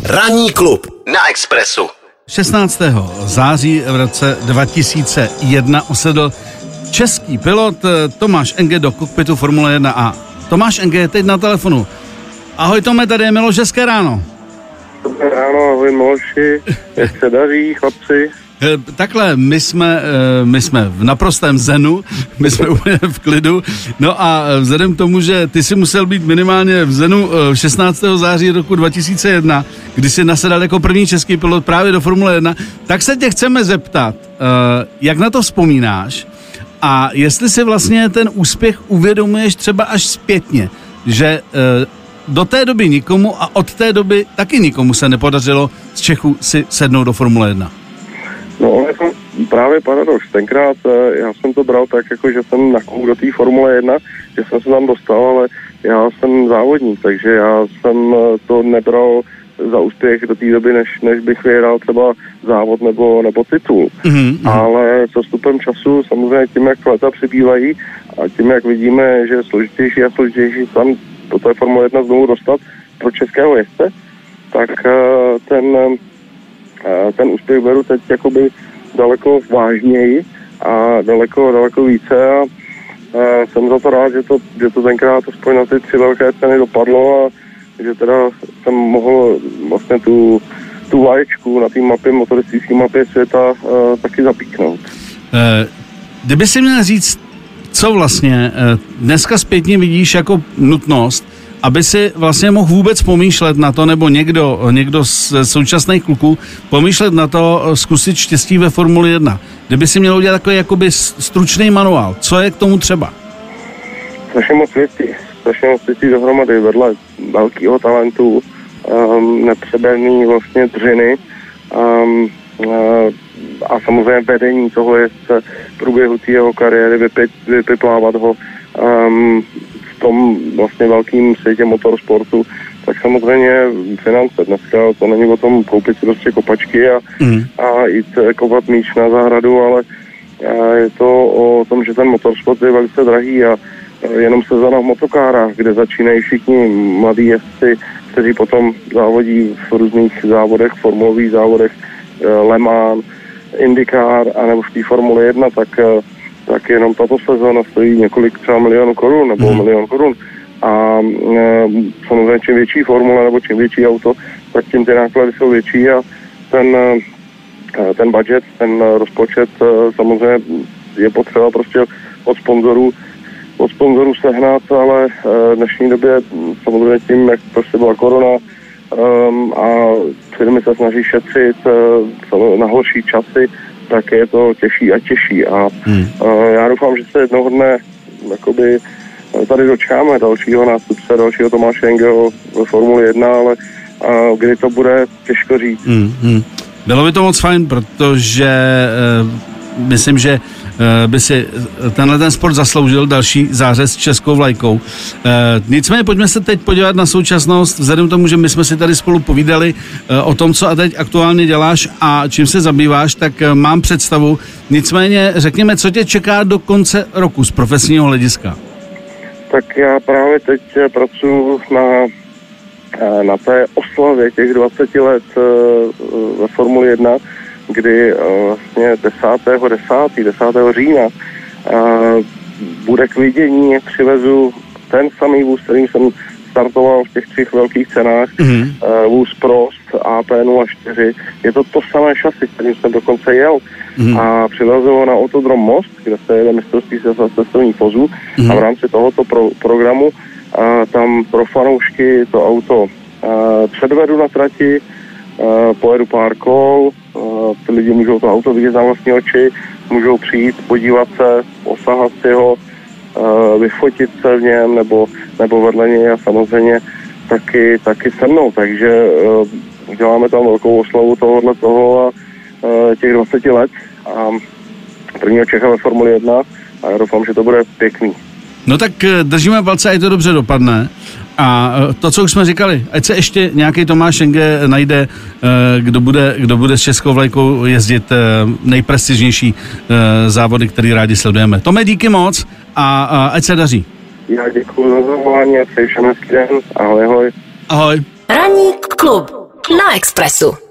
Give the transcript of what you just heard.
Ranní klub na Expressu. 16. září v roce 2001 osedl český pilot Tomáš Enge do kokpitu Formule 1 a Tomáš Enge je teď na telefonu. Ahoj Tome, tady je Miloš, hezké ráno. Dobré ráno, ahoj Miloši, jak se daří, chlapci? Takhle, my jsme v naprostém zenu, my jsme úplně v klidu, no a vzhledem k tomu, že ty si musel být minimálně v zenu 16. září roku 2001, kdy jsi nasedal jako první český pilot právě do Formule 1, tak se tě chceme zeptat, jak na to vzpomínáš a jestli si vlastně ten úspěch uvědomuješ třeba až zpětně, že do té doby nikomu a od té doby taky nikomu se nepodařilo z Čechů si sednout do Formule 1. No, je to právě paradox. Tenkrát já jsem to bral tak, jako že jsem nakouk do té Formule 1, že jsem se tam dostal, ale já jsem závodník, takže já jsem to nebral za úspěch do té doby, než bych vyhrál třeba závod nebo titul. Mm-hmm. Ale s postupem času, samozřejmě tím, jak léta přibývají a tím, jak vidíme, že je složitější a složitější tam do té Formule 1 znovu dostat pro českého jezdce, tak ten úspěch beru teď jakoby daleko vážněji a daleko více a jsem za to rád, že to tenkrát aspoň na ty 3 velké ceny dopadlo a že teda jsem mohl vlastně tu vlaječku na té mapě, motoristické mapě světa taky zapíknout. Kdyby si měl říct, co vlastně dneska zpětně vidíš jako nutnost, aby si vlastně mohl vůbec pomýšlet na to, nebo někdo z současných kluků pomýšlet na to zkusit štěstí ve Formuli 1. Kdyby si měl udělat takový jakoby stručný manuál, co je k tomu třeba? Strašně moc věcí dohromady vedle velkého talentu, nepřeberný vlastně dřiny a samozřejmě vedení toho jezdce v průběhu té jeho kariéry, vypiplávat ho v tom vlastně velkým světě motorsportu, tak samozřejmě finance. Dneska to není o tom koupit si prostě kopačky a jít kopat míč na zahradu, ale je to o tom, že ten motorsport je velice drahý a jenom sezona v motokárách, kde začínají všichni mladí jezdci, kteří potom závodí v různých závodech, formulových závodech, Le Mans, IndyCar, anebo v té Formule 1, tak jenom tato sezóna stojí několik třeba milionů korun nebo milion korun. A samozřejmě čím větší formule nebo čím větší auto, tak tím ty náklady jsou větší a ten budget, ten rozpočet samozřejmě je potřeba prostě od sponzorů sehnat, ale v dnešní době samozřejmě tím, jak prostě byla korona a firmy se snaží šetřit na horší časy, tak je to těžší a těžší a já doufám, že se jednoho dne jakoby tady dočkáme dalšího nástupce, dalšího Tomáše Engeho ve Formuli 1, ale kdy to bude, těžko říct. Bylo by to moc fajn, protože myslím, že by si ten sport zasloužil další zářez s českou vlajkou. Nicméně pojďme se teď podívat na současnost, vzhledem k tomu, že my jsme si tady spolu povídali o tom, co a teď aktuálně děláš a čím se zabýváš, tak mám představu. Nicméně řekněme, co tě čeká do konce roku z profesního hlediska. Tak já právě teď pracuji na té oslavě těch 20 let ve Formuli 1, kdy vlastně 10. října bude k vidění, jak přivezu ten samý vůz, kterým jsem startoval v těch 3 velkých cenách, vůz Prost AP04. Je to samé šasy, kterým jsem dokonce jel. A přivezu ho na Autodrom Most, kde se jede mistrovství světa cestovních vozů a v rámci tohoto programu tam pro fanoušky to auto předvedu na trati, pojedu pár kol, ty lidi můžou to auto vidět na vlastní oči, můžou přijít, podívat se, osahat si ho, vyfotit se v něm nebo vedle něj a samozřejmě taky se mnou, takže děláme tam velkou oslavu toho a těch 20 let a prvního Čecha ve Formuli 1 a já doufám, že to bude pěkný. No tak držíme palce, ať to dobře dopadne. A to, co už jsme říkali, ať se ještě nějaký Tomáš Enge najde, kdo bude s českou vlajkou jezdit nejprestižnější závody, který rádi sledujeme. Tome, díky moc a ať se daří. Já děkuji za zavolání a přeji všem hezký den. Ahoj, ahoj. Ahoj. Ranní klub. Na Expressu.